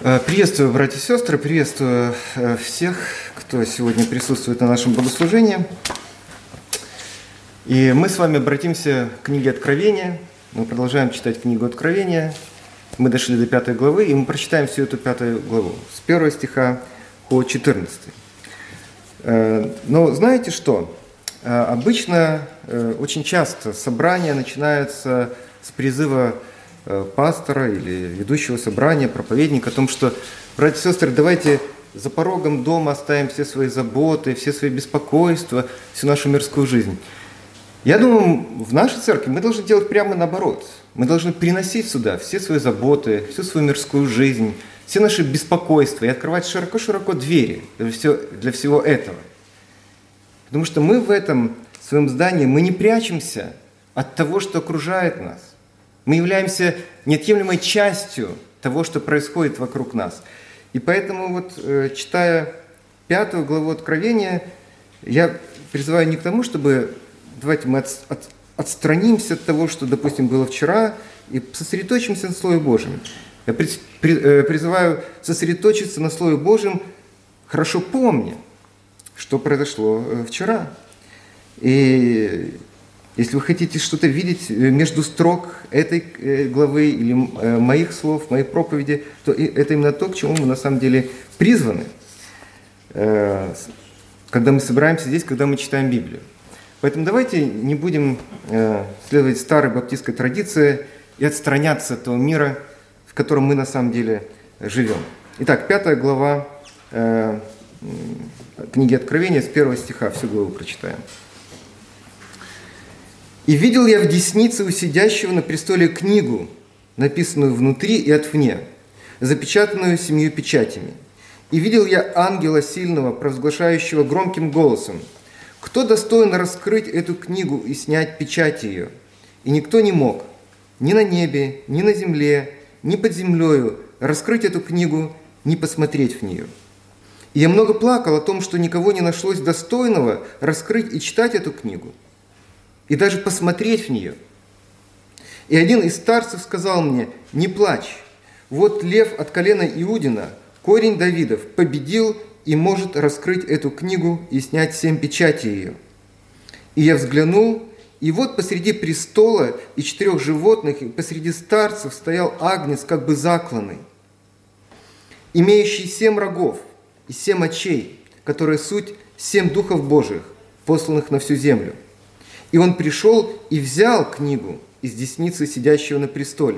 Приветствую, братья и сестры, приветствую всех, кто сегодня присутствует на нашем богослужении. И мы с вами обратимся к книге Откровения. Мы продолжаем читать книгу Откровения. Мы дошли до 5 главы, и мы прочитаем всю эту 5 главу, с 1 стиха по 14. Но знаете что? Обычно, очень часто собрания начинаются с призыва пастора или ведущего собрания, проповедника о том, что, братья и сестры, давайте за порогом дома оставим все свои заботы, все свои беспокойства, всю нашу мирскую жизнь. Я думаю, в нашей церкви мы должны делать прямо наоборот. Мы должны приносить сюда все свои заботы, всю свою мирскую жизнь, все наши беспокойства и открывать широко-широко двери для всего этого. Потому что мы в этом своем здании, мы не прячемся от того, что окружает нас. Мы являемся неотъемлемой частью того, что происходит вокруг нас. И поэтому, читая 5 главу Откровения, я призываю не к тому, чтобы давайте мы отстранимся от того, что, допустим, было вчера, и сосредоточимся на Слове Божьем. Я призываю сосредоточиться на Слове Божьем, хорошо помня, что произошло вчера. И если вы хотите что-то видеть между строк этой главы или моих слов, моей проповеди, то это именно то, к чему мы на самом деле призваны, когда мы собираемся здесь, когда мы читаем Библию. Поэтому давайте не будем следовать старой баптистской традиции и отстраняться от того мира, в котором мы на самом деле живем. Итак, 5 глава книги Откровения с 1 стиха, всю главу прочитаем. «И видел я в деснице у сидящего на престоле книгу, написанную внутри и отвне, запечатанную 7 печатями. И видел я ангела сильного, провозглашающего громким голосом: кто достоин раскрыть эту книгу и снять печати ее? И никто не мог, ни на небе, ни на земле, ни под землею, раскрыть эту книгу, ни посмотреть в нее. И я много плакал о том, что никого не нашлось достойного раскрыть и читать эту книгу, и даже посмотреть в нее. И один из старцев сказал мне: не плачь, вот лев от колена Иудина, корень Давидов, победил и может раскрыть эту книгу и снять 7 печатей ее. И я взглянул, и вот посреди престола и 4 животных, и посреди старцев стоял агнец, как бы закланный, имеющий 7 рогов и 7 очей, которые суть 7 духов Божиих, посланных на всю землю. И он пришел и взял книгу из десницы сидящего на престоле.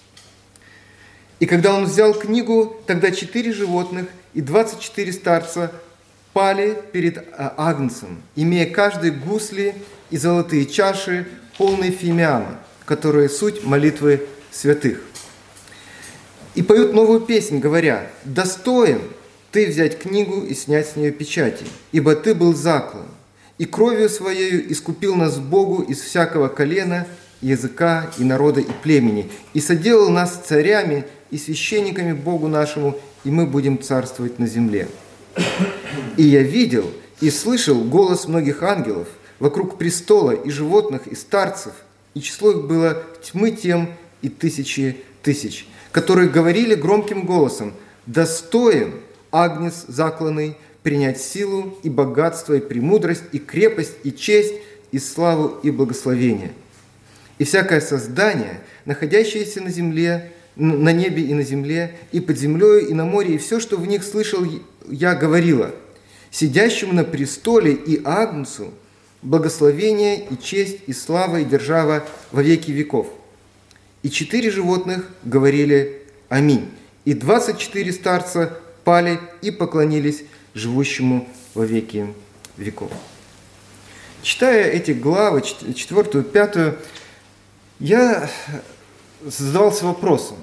И когда он взял книгу, тогда 4 животных и 24 старца пали перед агнцем, имея каждый гусли и золотые чаши, полные фимиама, которые суть молитвы святых. И поют новую песнь, говоря: достоин ты взять книгу и снять с нее печати, ибо ты был заклан, и кровью своею искупил нас Богу из всякого колена, языка и народа и племени, и соделал нас царями и священниками Богу нашему, и мы будем царствовать на земле. И я видел и слышал голос многих ангелов вокруг престола, и животных, и старцев, и число их было тьмы тем и тысячи тысяч, которые говорили громким голосом: достоин агнец закланный принять силу и богатство, и премудрость, и крепость, и честь, и славу, и благословение. И всякое создание, находящееся на земле, на небе и на земле, и под землею, и на море, и все, что в них слышал я, говорила: сидящему на престоле и агнцу благословение, и честь, и слава, и держава во веки веков. И 4 животных говорили: аминь. И 24 старца пали и поклонились живущему во веки веков. Читая эти главы, 4, 5, я задавался вопросом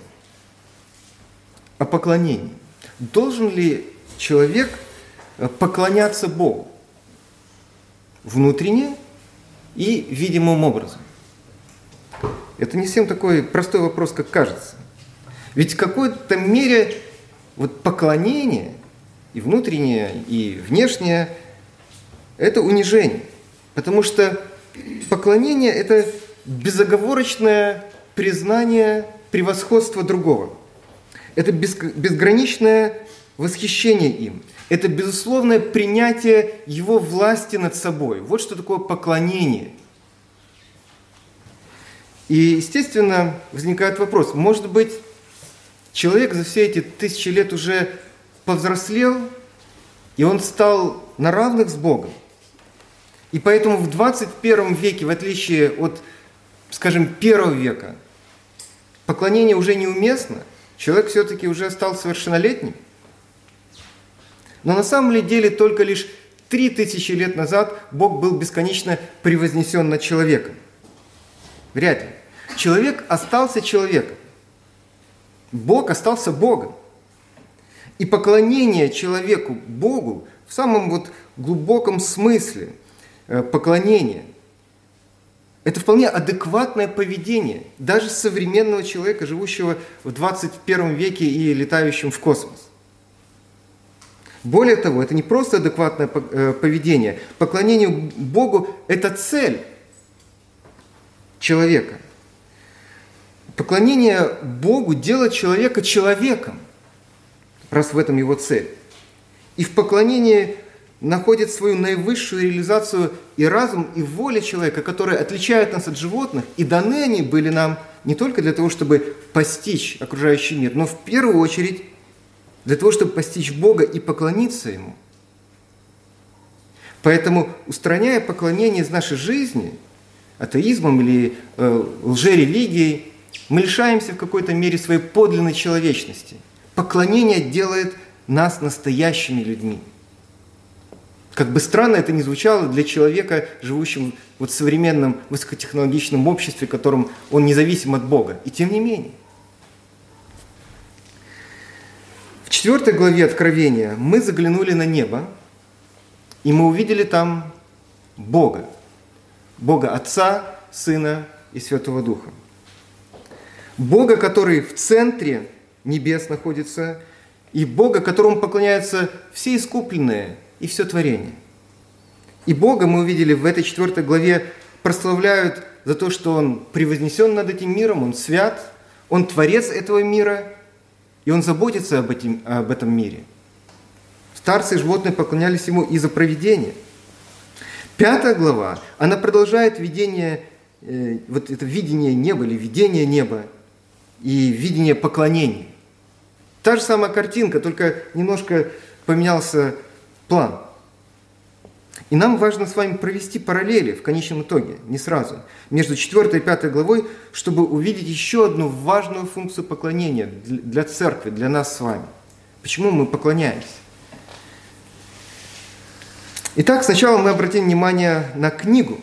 о поклонении. Должен ли человек поклоняться Богу внутренне и видимым образом? Это не всем такой простой вопрос, как кажется. Ведь в какой-то мере поклонение и внутреннее, и внешнее – это унижение. Потому что поклонение – это безоговорочное признание превосходства другого. Это безграничное восхищение им. Это безусловное принятие его власти над собой. Вот что такое поклонение. И, естественно, возникает вопрос, может быть, человек за все эти тысячи лет уже повзрослел, и он стал на равных с Богом. И поэтому в 21 веке, в отличие от, скажем, 1 века, поклонение уже неуместно, человек все-таки уже стал совершеннолетним. Но на самом деле только лишь 3000 лет назад Бог был бесконечно превознесен над человеком. Вряд ли. Человек остался человеком. Бог остался Богом. И поклонение человеку Богу в самом глубоком смысле поклонения – это вполне адекватное поведение даже современного человека, живущего в 21 веке и летающим в космос. Более того, это не просто адекватное поведение. Поклонение Богу – это цель человека. Поклонение Богу делает человека человеком, раз в этом его цель. И в поклонении находит свою наивысшую реализацию и разум, и воля человека, которые отличают нас от животных, и даны они были нам не только для того, чтобы постичь окружающий мир, но в первую очередь для того, чтобы постичь Бога и поклониться Ему. Поэтому, устраняя поклонение из нашей жизни, атеизмом или лжерелигией, мы лишаемся в какой-то мере своей подлинной человечности. Поклонение делает нас настоящими людьми. Как бы странно это ни звучало для человека, живущего в современном высокотехнологичном обществе, в котором он независим от Бога. И тем не менее. В 4 главе Откровения мы заглянули на небо, и мы увидели там Бога. Бога Отца, Сына и Святого Духа. Бога, который в центре небес находится, и Бога, которому поклоняются все искупленные и все творение. И Бога, мы увидели в этой 4 главе, прославляют за то, что Он превознесен над этим миром, Он свят, Он творец этого мира, и Он заботится об этом мире. Старцы и животные поклонялись Ему из-за провидения. 5 глава, она продолжает видение, это видение неба или видение неба и видение поклонения. Та же самая картинка, только немножко поменялся план. И нам важно с вами провести параллели в конечном итоге, не сразу, между 4 и 5 главой, чтобы увидеть еще одну важную функцию поклонения для церкви, для нас с вами. Почему мы поклоняемся? Итак, сначала мы обратим внимание на книгу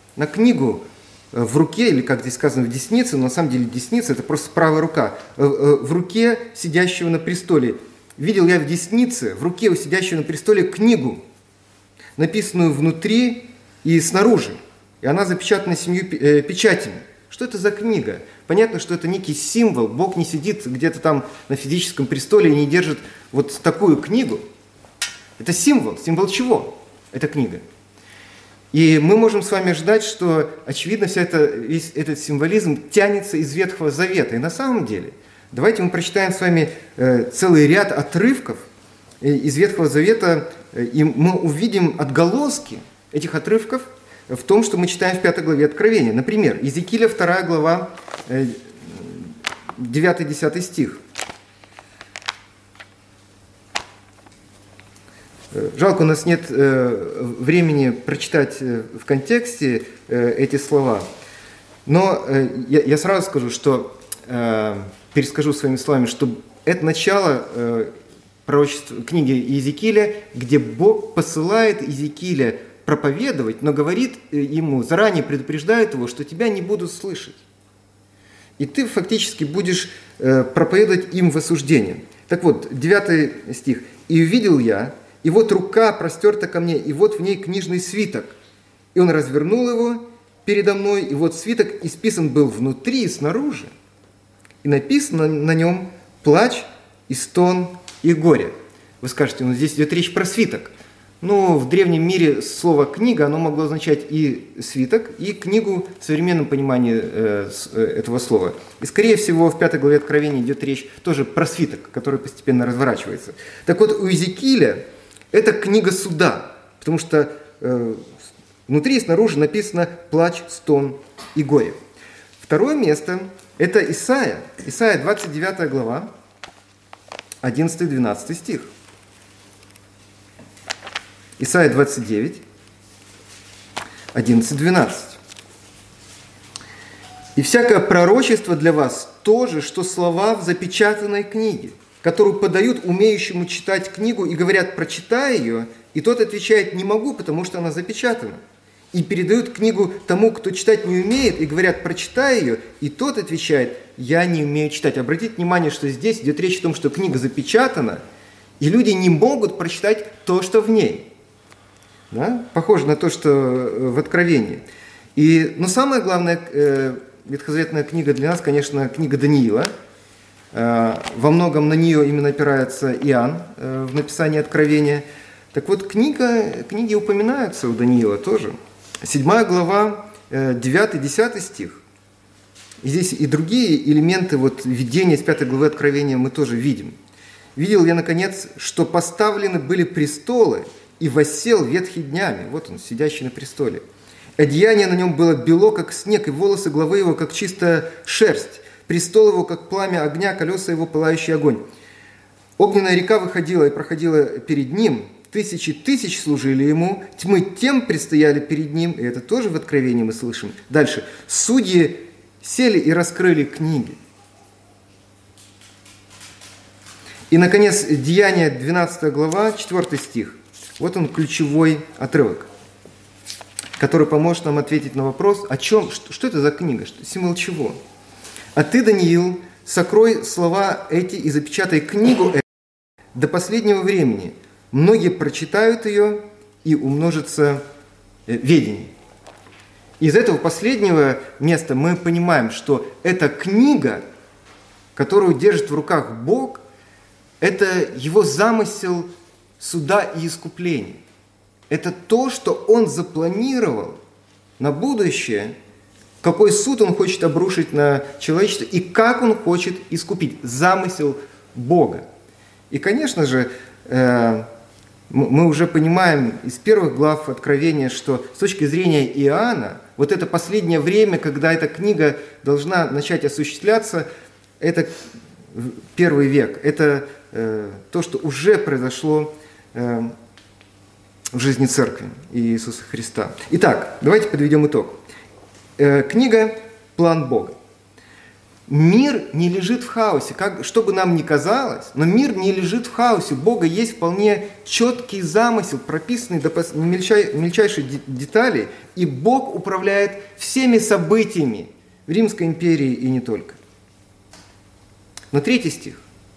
в руке, или, как здесь сказано, в деснице, но на самом деле десница – это просто правая рука, в руке сидящего на престоле. Видел я в деснице, в руке у сидящего на престоле книгу, написанную внутри и снаружи. И она запечатана 7 печатями. Что это за книга? Понятно, что это некий символ. Бог не сидит где-то там на физическом престоле и не держит вот такую книгу. Это символ. Символ чего? Эта книга. И мы можем с вами ждать, что, очевидно, весь этот символизм тянется из Ветхого Завета. И на самом деле, давайте мы прочитаем с вами целый ряд отрывков из Ветхого Завета, и мы увидим отголоски этих отрывков в том, что мы читаем в 5 главе Откровения. Например, Иезекииля 2 глава, 9-10 стих. Жалко, у нас нет времени прочитать в контексте эти слова. Но я сразу скажу, что перескажу своими словами, что это начало пророчества книги Иезекииля, где Бог посылает Иезекииля проповедовать, но говорит ему, заранее предупреждает его, что тебя не будут слышать. И ты фактически будешь проповедовать им в осуждение. Так вот, 9 стих. «И увидел я, и вот рука простерта ко мне, и вот в ней книжный свиток. И он развернул его передо мной, и вот свиток исписан был внутри и снаружи. И написано на нем плач и стон и горе». Вы скажете, здесь идет речь про свиток. Ну, в древнем мире слово «книга», оно могло означать и свиток, и книгу в современном понимании этого слова. И, скорее всего, в 5 главе Откровения идет речь тоже про свиток, который постепенно разворачивается. Так вот, у Иезекииля это книга суда, потому что внутри и снаружи написано «плач, стон и горе». Второе место – это Исайя. Исайя, 29 глава, 11-12 стих. Исайя 29, 11-12. «И всякое пророчество для вас то же, что слова в запечатанной книге, которую подают умеющему читать книгу и говорят, прочитай ее, и тот отвечает, не могу, потому что она запечатана. И передают книгу тому, кто читать не умеет, и говорят, прочитай ее, и тот отвечает, я не умею читать». Обратите внимание, что здесь идет речь о том, что книга запечатана, и люди не могут прочитать то, что в ней. Да? Похоже на то, что в Откровении. Но самая главная ветхозаветная книга для нас, конечно, книга Даниила. Во многом на нее именно опирается Иоанн в написании Откровения. Так вот, книги упоминаются у Даниила тоже. 7 глава, 9-10 стих. И здесь и другие элементы видения из 5 главы Откровения мы тоже видим. «Видел я, наконец, что поставлены были престолы, и воссел ветхий днями». Вот он, сидящий на престоле. «Одеяние на нем было бело, как снег, и волосы главы его, как чистая шерсть. Престол его, как пламя огня, колеса его, пылающий огонь. Огненная река выходила и проходила перед ним. Тысячи тысяч служили ему, тьмы тем предстояли перед ним». И это тоже в Откровении мы слышим. Дальше. «Судьи сели и раскрыли книги». И, наконец, Деяния, 12 глава, 4 стих. Вот он, ключевой отрывок, который поможет нам ответить на вопрос, о чем, что это за книга, символ чего. «А ты, Даниил, сокрой слова эти и запечатай книгу эту до последнего времени. Многие прочитают ее, и умножится ведение». Из этого последнего места мы понимаем, что эта книга, которую держит в руках Бог, это его замысел суда и искупления. Это то, что он запланировал на будущее, какой суд он хочет обрушить на человечество и как он хочет искупить. Замысел Бога. И, конечно же, мы уже понимаем из первых глав Откровения, что с точки зрения Иоанна, вот это последнее время, когда эта книга должна начать осуществляться, это первый век, это то, что уже произошло в жизни Церкви и Иисуса Христа. Итак, давайте подведем итог. Книга «План Бога». Мир не лежит в хаосе, что бы нам ни казалось, но мир не лежит в хаосе. У Бога есть вполне четкий замысел, прописанный до мельчайших деталей, и Бог управляет всеми событиями в Римской империи и не только. Но третий стих.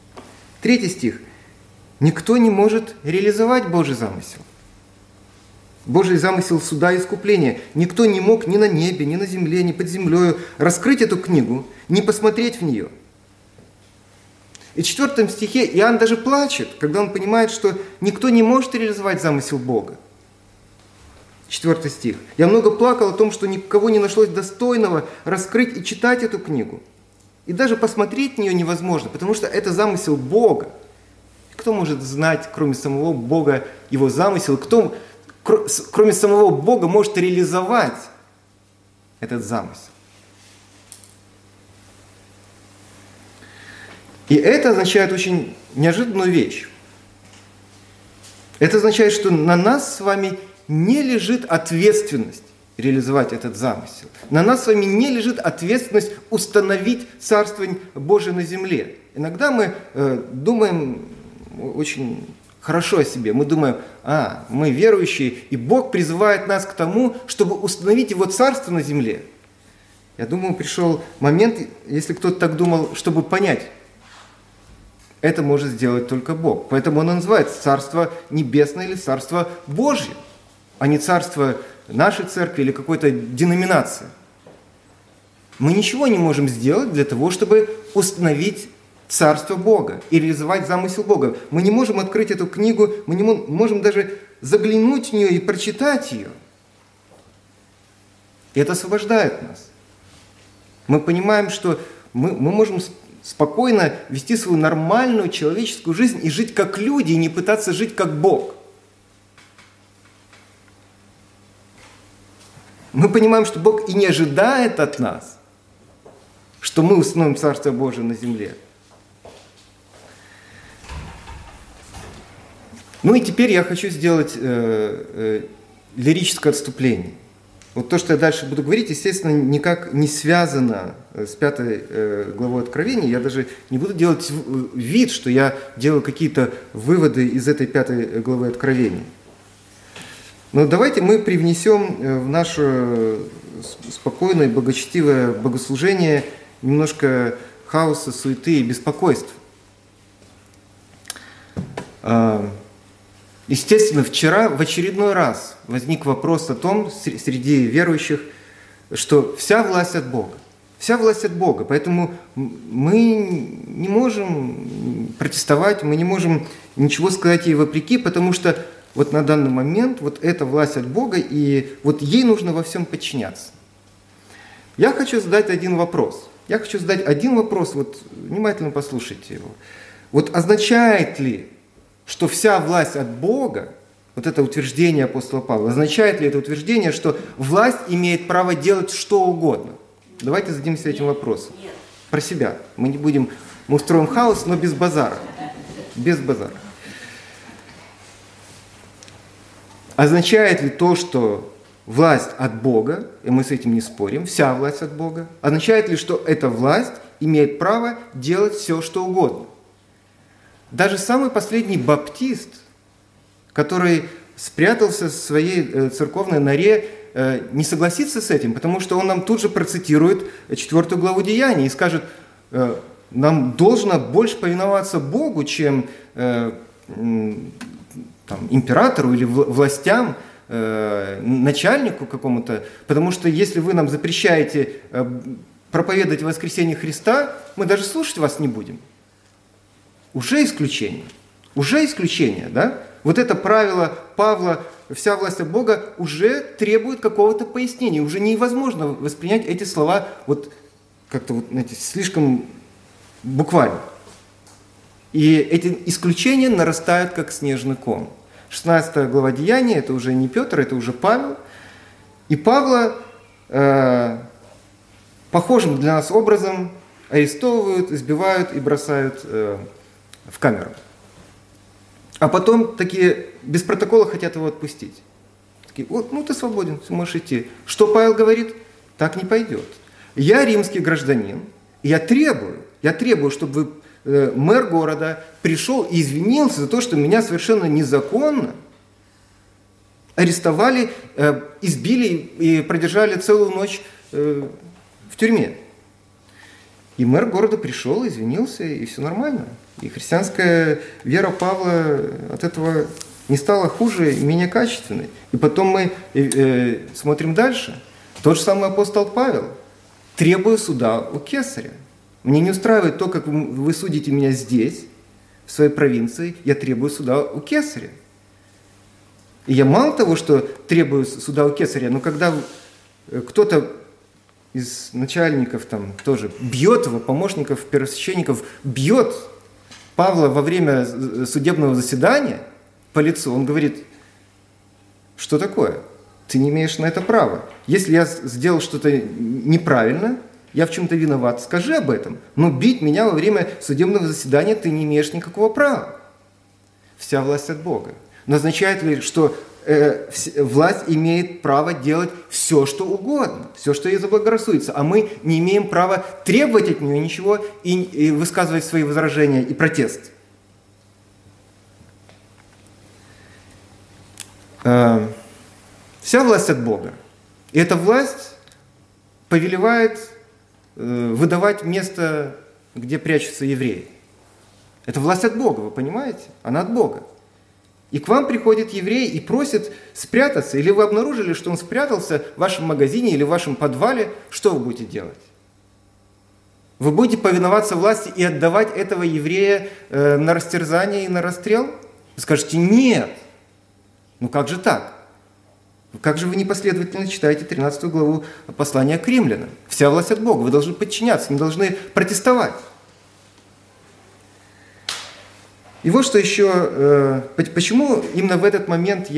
Никто не может реализовать Божий замысел. Божий замысел суда и искупления. Никто не мог ни на небе, ни на земле, ни под землею раскрыть эту книгу, не посмотреть в нее. И в 4 стихе Иоанн даже плачет, когда он понимает, что никто не может реализовать замысел Бога. 4 стих. «Я много плакал о том, что никого не нашлось достойного раскрыть и читать эту книгу. И даже посмотреть в нее невозможно, потому что это замысел Бога. Кто может знать, кроме самого Бога, его замысел? Кто, кроме самого Бога, может реализовать этот замысел?» И это означает очень неожиданную вещь. Это означает, что на нас с вами не лежит ответственность реализовать этот замысел. На нас с вами не лежит ответственность установить Царство Божие на земле. Иногда мы думаем очень хорошо о себе. Мы думаем, мы верующие, и Бог призывает нас к тому, чтобы установить Его Царство на земле. Я думаю, пришел момент, если кто-то так думал, чтобы понять, это может сделать только Бог. Поэтому он называется Царство Небесное или Царство Божье, а не Царство нашей церкви или какой-то деноминации. Мы ничего не можем сделать для того, чтобы установить Царство Бога и реализовать замысел Бога. Мы не можем открыть эту книгу, мы не можем даже заглянуть в нее и прочитать ее. И это освобождает нас. Мы понимаем, что мы можем спокойно вести свою нормальную человеческую жизнь и жить как люди, и не пытаться жить как Бог. Мы понимаем, что Бог и не ожидает от нас, что мы установим Царство Божие на земле. Ну и теперь я хочу сделать лирическое отступление. Вот то, что я дальше буду говорить, естественно, никак не связано с 5 главой Откровения. Я даже не буду делать вид, что я делаю какие-то выводы из этой 5 главы Откровения. Но давайте мы привнесем в наше спокойное, благочестивое богослужение немножко хаоса, суеты и беспокойства. Естественно, вчера в очередной раз возник вопрос о том среди верующих, что вся власть от Бога. Вся власть от Бога. Поэтому мы не можем протестовать, мы не можем ничего сказать ей вопреки, потому что вот на данный момент вот эта власть от Бога, и вот ей нужно во всем подчиняться. Я хочу задать один вопрос. Вот внимательно послушайте его. Вот означает ли, что вся власть от Бога, вот это утверждение апостола Павла, означает ли это утверждение, что власть имеет право делать что угодно? Давайте зададимся этим вопросом. Нет. Про себя. Мы не будем, мы устроим хаос, но без базара. Без базара. Означает ли то, что власть от Бога, и мы с этим не спорим, вся власть от Бога, означает ли, что эта власть имеет право делать все, что угодно? Даже самый последний баптист, который спрятался в своей церковной норе, не согласится с этим, потому что он нам тут же процитирует 4 главу Деяний и скажет, нам должно больше повиноваться Богу, чем императору или властям, начальнику какому-то, потому что если вы нам запрещаете проповедовать воскресение Христа, мы даже слушать вас не будем. Уже исключение, да? Вот это правило Павла, вся власть от Бога, уже требует какого-то пояснения. Уже невозможно воспринять эти слова вот как-то вот, знаете, слишком буквально. И эти исключения нарастают, как снежный ком. 16 глава Деяния, это уже не Петр, это уже Павел. И Павла похожим для нас образом арестовывают, избивают и бросают в камеру. А потом такие без протокола хотят его отпустить. Такие, вот, ну ты свободен, можешь идти. Что Павел говорит? Так не пойдет. Я римский гражданин, и я требую, чтобы мэр города пришел и извинился за то, что меня совершенно незаконно арестовали, избили и продержали целую ночь в тюрьме. И мэр города пришел, извинился, и все нормально. И христианская вера Павла от этого не стала хуже и менее качественной. И потом мы смотрим дальше. Тот же самый апостол Павел. Требую суда у кесаря. Мне не устраивает то, как вы судите меня здесь, в своей провинции. Я требую суда у кесаря. И я мало того, что требую суда у кесаря, но когда кто-то из начальников там тоже бьет его, помощников, первосвященников, бьет Павла во время судебного заседания по лицу, он говорит, что такое? Ты не имеешь на это права. Если я сделал что-то неправильно, я в чем-то виноват, скажи об этом. Но бить меня во время судебного заседания ты не имеешь никакого права. Вся власть от Бога. Но означает ли, что власть имеет право делать все, что угодно, все, что ей заблагорассудится, а мы не имеем права требовать от нее ничего и высказывать свои возражения и протест? Вся власть от Бога. И эта власть повелевает выдавать место, где прячутся евреи. Это власть от Бога, вы понимаете? Она от Бога. И к вам приходит еврей и просит спрятаться, или вы обнаружили, что он спрятался в вашем магазине или в вашем подвале, что вы будете делать? Вы будете повиноваться власти и отдавать этого еврея на растерзание и на расстрел? Вы скажете, нет, Ну как же так? Как же вы непоследовательно читаете 13 главу послания к римлянам? Вся власть от Бога, вы должны подчиняться, не должны протестовать. И вот что еще, почему именно в этот момент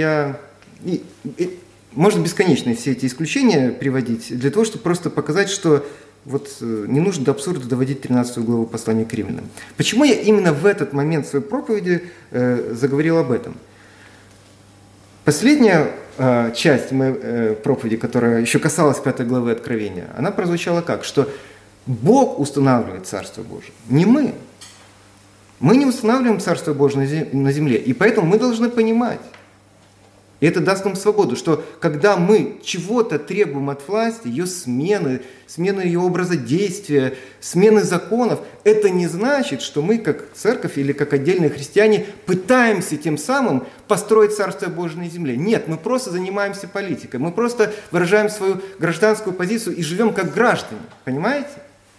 можно бесконечно все эти исключения приводить, для того, чтобы просто показать, что вот не нужно до абсурда доводить 13 главу послания к римлянам. Почему я именно в этот момент своей проповеди заговорил об этом? Последняя часть моей проповеди, которая еще касалась 5 главы Откровения, она прозвучала как? Что Бог устанавливает Царство Божие, не мы. Мы не устанавливаем Царство Божие на земле, и поэтому мы должны понимать, и это даст нам свободу, что когда мы чего-то требуем от власти, ее смены ее образа действия, смены законов, это не значит, что мы, как церковь или как отдельные христиане, пытаемся тем самым построить Царство Божие на земле. Нет, мы просто занимаемся политикой, мы просто выражаем свою гражданскую позицию и живем как граждане, понимаете?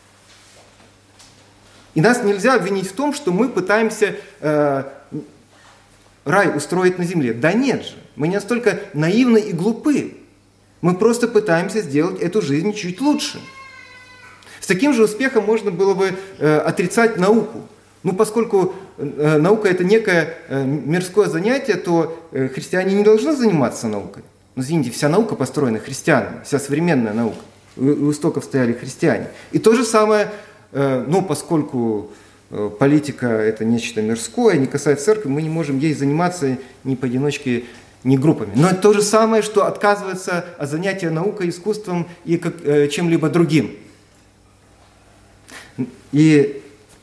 И нас нельзя обвинить в том, что мы пытаемся рай устроить на земле. Да нет же, мы не настолько наивны и глупы. Мы просто пытаемся сделать эту жизнь чуть лучше. С таким же успехом можно было бы отрицать науку. Ну, поскольку наука – это некое мирское занятие, то христиане не должны заниматься наукой. Ну, извините, вся наука построена христианами, вся современная наука. У истоков стояли христиане. И то же самое, ну, поскольку политика – это нечто мирское, не касается церкви, мы не можем ей заниматься ни поодиночке, ни группами. Но это то же самое, что отказывается от занятия наукой, искусством и чем-либо другим. И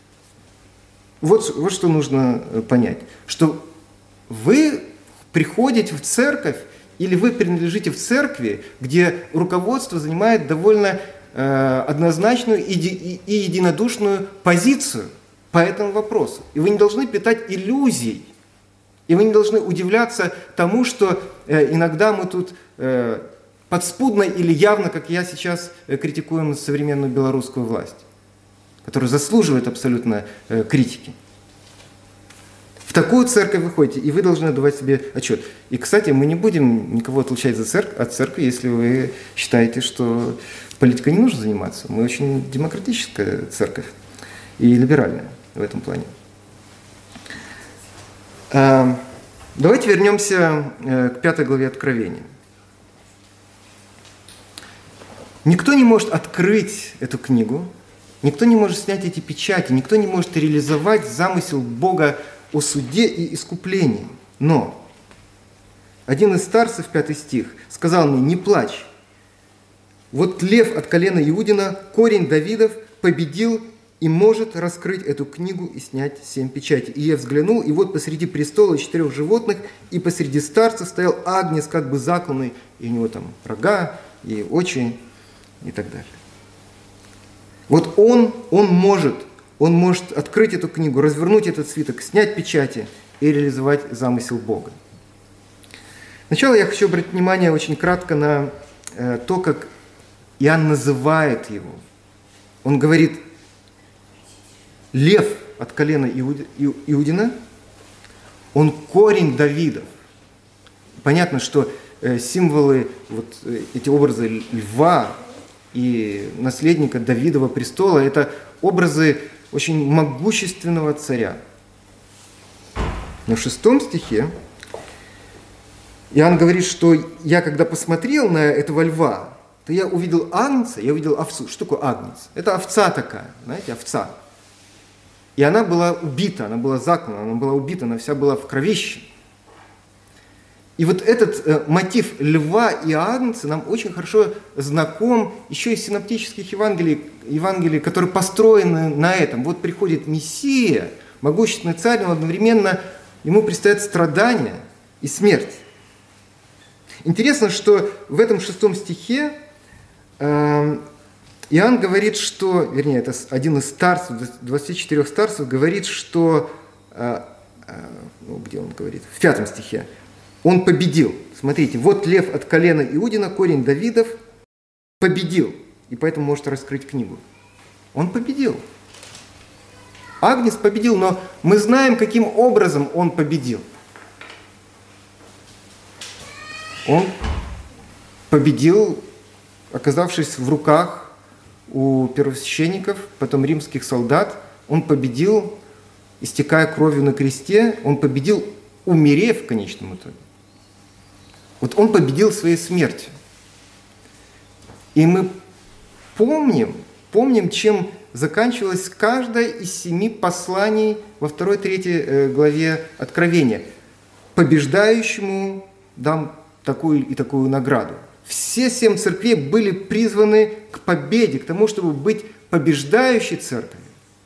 вот что нужно понять, что вы приходите в церковь или вы принадлежите в церкви, где руководство занимает довольно однозначную и единодушную позицию по этому вопросу. И вы не должны питать иллюзий, и вы не должны удивляться тому, что иногда мы тут подспудно или явно, как я сейчас, критикуем современную белорусскую власть, которая заслуживает абсолютно критики. В такую церковь вы ходите, и вы должны отдавать себе отчет. И, кстати, мы не будем никого отлучать от церкви, если вы считаете, что политикой не нужно заниматься. Мы очень демократическая церковь и либеральная в этом плане. Давайте вернемся к 5 главе Откровения. Никто не может открыть эту книгу, никто не может снять эти печати, никто не может реализовать замысел Бога о суде и искуплении. Но один из старцев, 5 стих, сказал мне: «Не плачь. Вот лев от колена Иудина, корень Давидов, победил и может раскрыть эту книгу и снять 7 печатей». И я взглянул, и вот посреди престола 4 животных, и посреди старцев стоял агнец, как бы закланный, и у него там рога, и очи, и так далее. Вот он может открыть эту книгу, развернуть этот свиток, снять печати и реализовать замысел Бога. Сначала я хочу обратить внимание очень кратко на то, как Иоанн называет его. Он говорит: лев от колена Иудина, он корень Давидов. Понятно, что символы, вот эти образы льва и наследника Давидова престола – это образы очень могущественного царя. Но в 6 стихе Иоанн говорит, что я, когда посмотрел на этого льва, то я увидел агнца, я увидел овцу. Что такое агнец? Это овца такая, знаете, овца. И она была убита, она была заклана, она была убита, она вся была в кровище. И вот этот мотив льва и агнца нам очень хорошо знаком еще из синоптических Евангелий, которые построены на этом. Вот приходит Мессия, могущественный царь, но одновременно ему предстоят страдания и смерть. Интересно, что в этом 6 стихе Иоанн говорит, что, вернее, это один из старцев, 24 старцев, говорит, что, где он говорит, в 5 стихе, он победил. Смотрите, вот лев от колена Иудина, корень Давидов, победил, и поэтому может раскрыть книгу. Он победил. Агнец победил, но мы знаем, каким образом он победил. Он победил, оказавшись в руках у первосвященников, потом римских солдат. Он победил, истекая кровью на кресте, он победил, умерев в конечном итоге. Вот он победил своей смертью. И мы помним, чем заканчивалось каждое из 7 посланий во 2-3 главе Откровения. Побеждающему дам такую и такую награду. Все 7 церквей были призваны к победе, к тому, чтобы быть побеждающей церковью.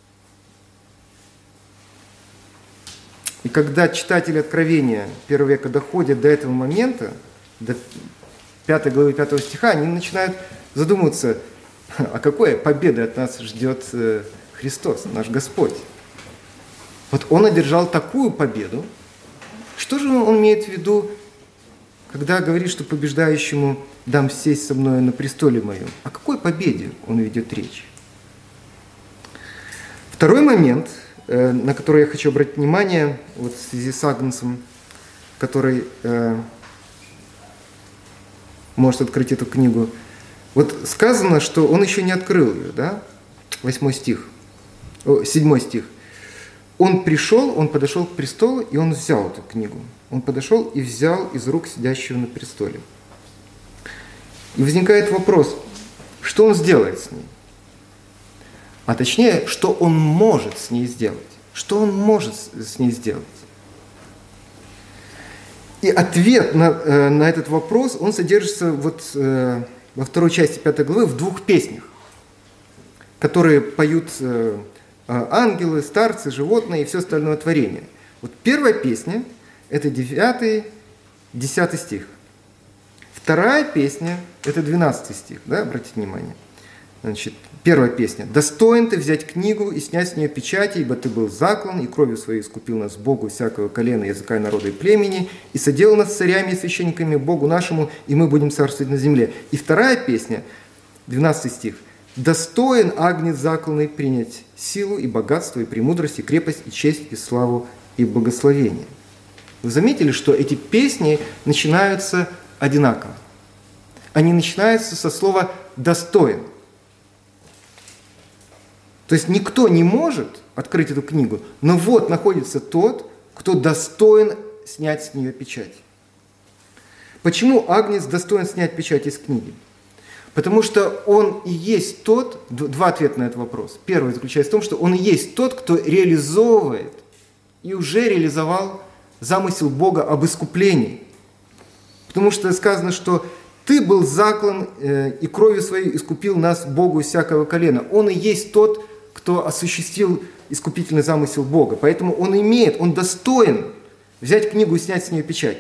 И когда читатели Откровения первого века доходят до этого момента, до 5 главы 5 стиха, они начинают задумываться, а какой победы от нас ждет Христос, наш Господь. Вот Он одержал такую победу. Что же Он имеет в виду, когда говорит, что побеждающему дам сесть со мной на престоле моем? О какой победе Он ведет речь? Второй момент, на который я хочу обратить внимание, вот в связи с Агнцем, который может открыть эту книгу. Вот сказано, что он еще не открыл ее, да? 7 стих. Он пришел, он подошел к престолу, и он взял эту книгу. Он подошел и взял из рук сидящего на престоле. И возникает вопрос, что он сделает с ней? А точнее, что он может с ней сделать? Что он может с ней сделать? И ответ на этот вопрос, он содержится вот во второй части 5 главы в 2 песнях, которые поют ангелы, старцы, животные и все остальное творение. Вот первая песня – это 9-10 стих. Вторая песня – это 12 стих, да, обратите внимание. Значит, первая песня. «Достоин ты взять книгу и снять с нее печати, ибо ты был заклан, и кровью своей искупил нас Богу всякого колена, языка и народа и племени, и соделал нас царями и священниками Богу нашему, и мы будем царствовать на земле». И вторая песня, 12 стих. «Достоин агнец закланный принять силу и богатство, и премудрость, и крепость, и честь, и славу, и благословение». Вы заметили, что эти песни начинаются одинаково? Они начинаются со слова «достоин». То есть никто не может открыть эту книгу, но вот находится тот, кто достоин снять с нее печать. Почему агнец достоин снять печать из книги? Потому что он и есть тот, 2 ответа на этот вопрос. Первый заключается в том, что он и есть тот, кто реализовывает и уже реализовал замысел Бога об искуплении. Потому что сказано, что ты был заклан и кровью своей искупил нас Богу всякого колена. Он и есть тот, кто осуществил искупительный замысел Бога. Поэтому он достоин взять книгу и снять с нее печать.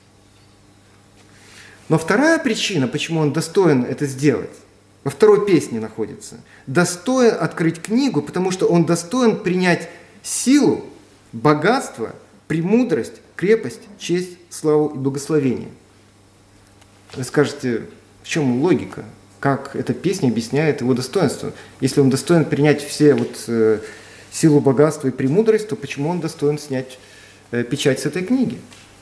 Но вторая причина, почему он достоин это сделать, во второй песне находится. Достоин открыть книгу, потому что он достоин принять силу, богатство, премудрость, крепость, честь, славу и благословение. Вы скажете, в чем логика? Как эта песня объясняет его достоинство? Если он достоин принять все силу, богатство и премудрость, то почему он достоин снять печать с этой книги?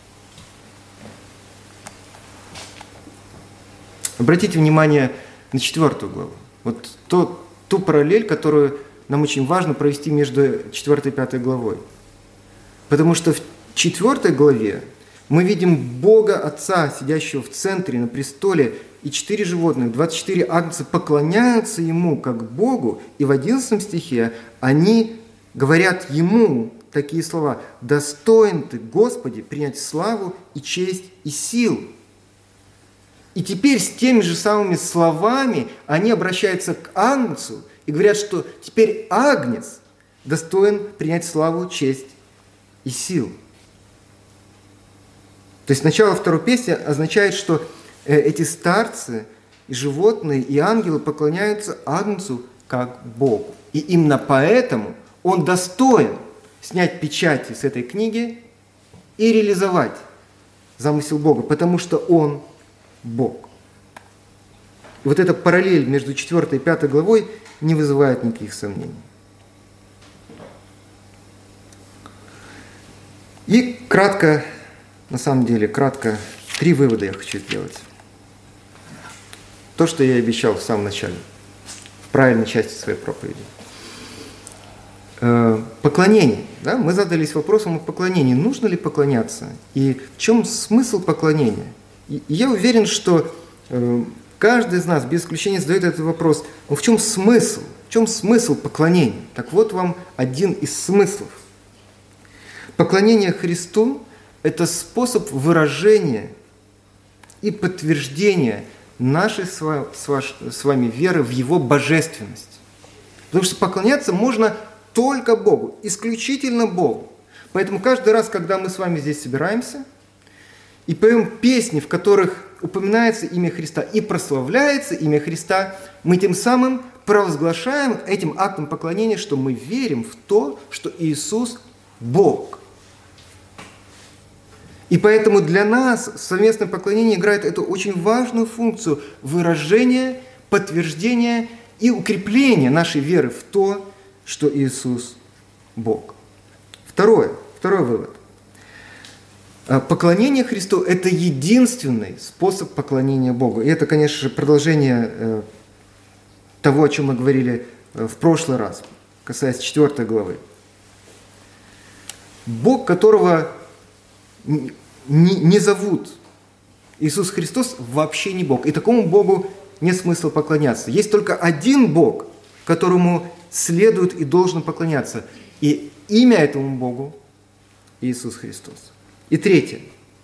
Обратите внимание на 4 главу. Вот ту параллель, которую нам очень важно провести между 4 и 5 главой. Потому что в 4 главе мы видим Бога Отца, сидящего в центре, на престоле, и 4 животных, 24 агнца поклоняются Ему как Богу, и в 11 стихе они говорят Ему такие слова: «Достоин Ты, Господи, принять славу и честь и силу». И теперь с теми же самыми словами они обращаются к агнцу и говорят, что теперь агнец достоин принять славу, честь и силу. То есть начало второй песни означает, что эти старцы и животные, и ангелы поклоняются агнцу как Богу. И именно поэтому он достоин снять печати с этой книги и реализовать замысел Бога, потому что он Бог. И вот эта параллель между 4 и 5 главой не вызывает никаких сомнений. И кратко 3 вывода я хочу сделать. То, что я обещал в самом начале, в правильной части своей проповеди. Поклонение. Да? Мы задались вопросом о поклонении. Нужно ли поклоняться? И в чем смысл поклонения? И я уверен, что каждый из нас, без исключения, задает этот вопрос. Ну, в чем смысл? В чем смысл поклонения? Так вот вам один из смыслов. Поклонение Христу – это способ выражения и подтверждения нашей с вами веры в Его божественность. Потому что поклоняться можно только Богу, исключительно Богу. Поэтому каждый раз, когда мы с вами здесь собираемся и поем песни, в которых упоминается имя Христа и прославляется имя Христа, мы тем самым провозглашаем этим актом поклонения, что мы верим в то, что Иисус – Бог. И поэтому для нас совместное поклонение играет эту очень важную функцию выражения, подтверждения и укрепления нашей веры в то, что Иисус – Бог. Второй вывод. Поклонение Христу – это единственный способ поклонения Богу. И это, конечно же, продолжение того, о чем мы говорили в прошлый раз, касаясь 4 главы. Бог, которого не зовут Иисус Христос, вообще не Бог. И такому Богу нет смысла поклоняться. Есть только один Бог, которому следует и должен поклоняться. И имя этому Богу – Иисус Христос. И третье.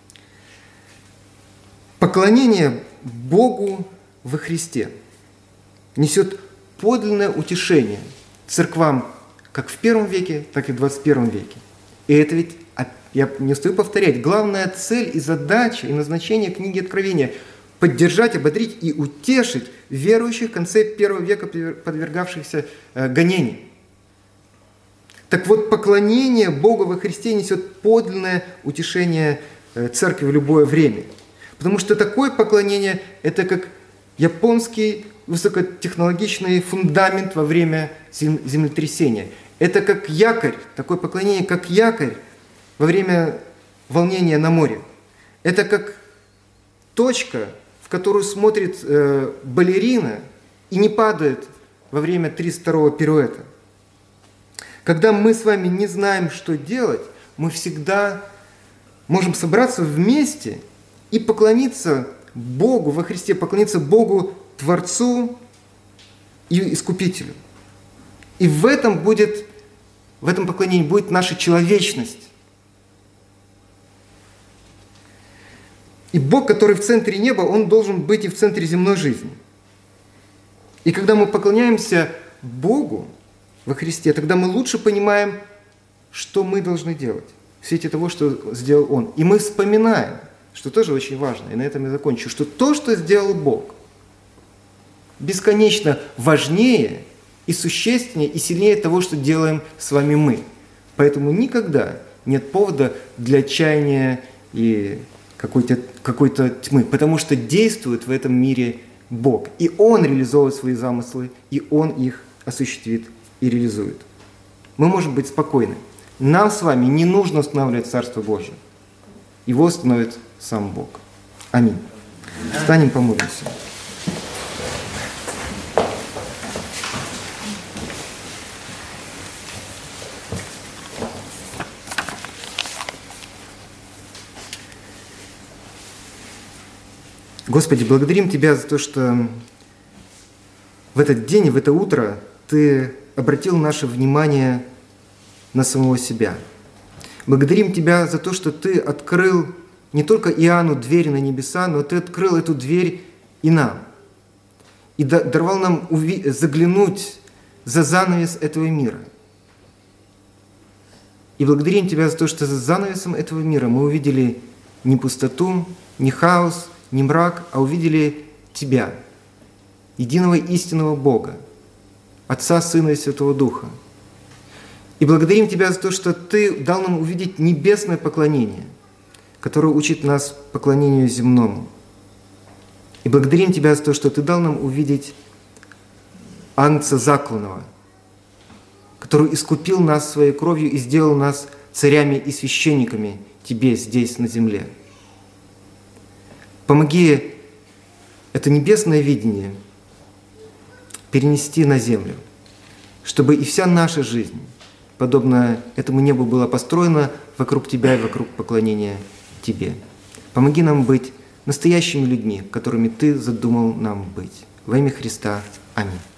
Поклонение Богу во Христе несет подлинное утешение церквам как в первом веке, так и в 21 веке. И это ведь, я не устаю повторять, главная цель и задача, и назначение книги Откровения – поддержать, ободрить и утешить верующих в конце первого века, подвергавшихся гонению. Так вот, поклонение Богу во Христе несет подлинное утешение церкви в любое время. Потому что такое поклонение – это как японский высокотехнологичный фундамент во время землетрясения. Это как якорь, такое поклонение, как якорь во время волнения на море. Это как точка, в которую смотрит балерина и не падает во время 32-го пируэта. Когда мы с вами не знаем, что делать, мы всегда можем собраться вместе и поклониться Богу во Христе, поклониться Богу Творцу и Искупителю. И в этом поклонении будет наша человечность. И Бог, который в центре неба, Он должен быть и в центре земной жизни. И когда мы поклоняемся Богу во Христе, тогда мы лучше понимаем, что мы должны делать в свете того, что сделал Он. И мы вспоминаем, что тоже очень важно, и на этом я закончу, что то, что сделал Бог, бесконечно важнее и существеннее, и сильнее того, что делаем с вами мы. Поэтому никогда нет повода для отчаяния и какой-то тьмы, потому что действует в этом мире Бог. И Он реализовывает свои замыслы, и Он их осуществит и реализует. Мы можем быть спокойны. Нам с вами не нужно устанавливать Царство Божие. Его установит сам Бог. Аминь. Встанем, помолимся. Господи, благодарим Тебя за то, что в этот день и в это утро Ты обратил наше внимание на самого себя. Благодарим Тебя за то, что Ты открыл не только Иоанну дверь на небеса, но Ты открыл эту дверь и нам. И даровал нам заглянуть за занавес этого мира. И благодарим Тебя за то, что за занавесом этого мира мы увидели не пустоту, не хаос, не мрак, а увидели Тебя, единого истинного Бога, Отца, Сына и Святого Духа. И благодарим Тебя за то, что Ты дал нам увидеть небесное поклонение, которое учит нас поклонению земному. И благодарим Тебя за то, что Ты дал нам увидеть Агнца закланного, который искупил нас своей кровью и сделал нас царями и священниками Тебе здесь, на земле. Помоги это небесное видение перенести на землю, чтобы и вся наша жизнь, подобно этому небу, была построена вокруг Тебя и вокруг поклонения Тебе. Помоги нам быть настоящими людьми, которыми Ты задумал нам быть. Во имя Христа. Аминь.